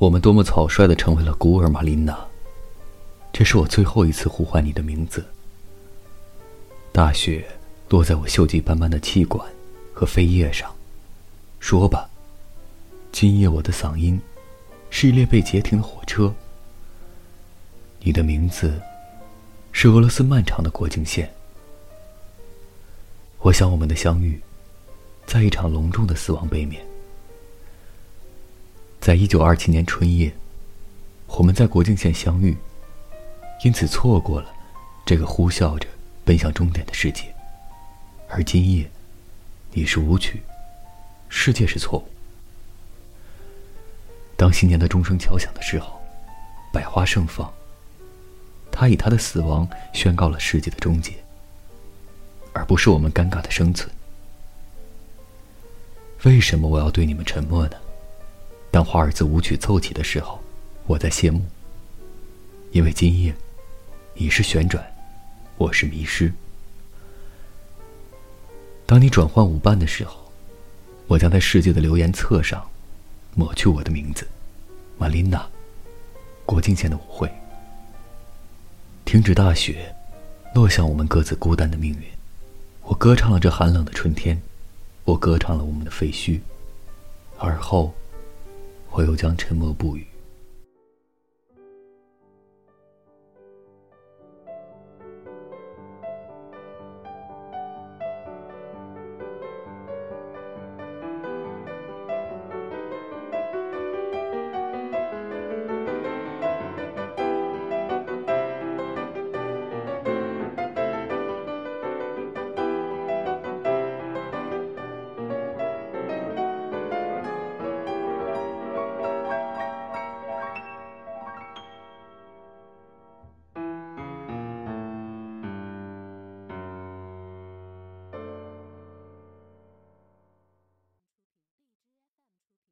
我们多么草率地成为了孤儿，玛琳娜。这是我最后一次呼唤你的名字。大雪落在我锈迹斑斑的气管和扉页上。说吧，今夜我的嗓音是一列被截停的火车。你的名字是俄罗斯漫长的国境线。我想我们的相遇在一场隆重的死亡背面。在1927年春夜，我们在国境线相遇，因此错过了这个呼啸着奔向终点的世界。而今夜，你是舞曲，世界是错误。当新年的钟声敲响的时候，百花盛放，他以他的死亡宣告了世界的终结，而不是我们尴尬的生存。为什么我要对你们沉默呢？当华尔兹舞曲奏起的时候，我在谢幕，因为今夜你是旋转，我是迷失。当你转换舞伴的时候，我将在世界的留言册上抹去我的名字，玛琳娜。国境线的舞会停止，大雪落向我们各自孤单的命运。我歌唱了这寒冷的春天，我歌唱了我们的废墟，而后我又将沉默不语。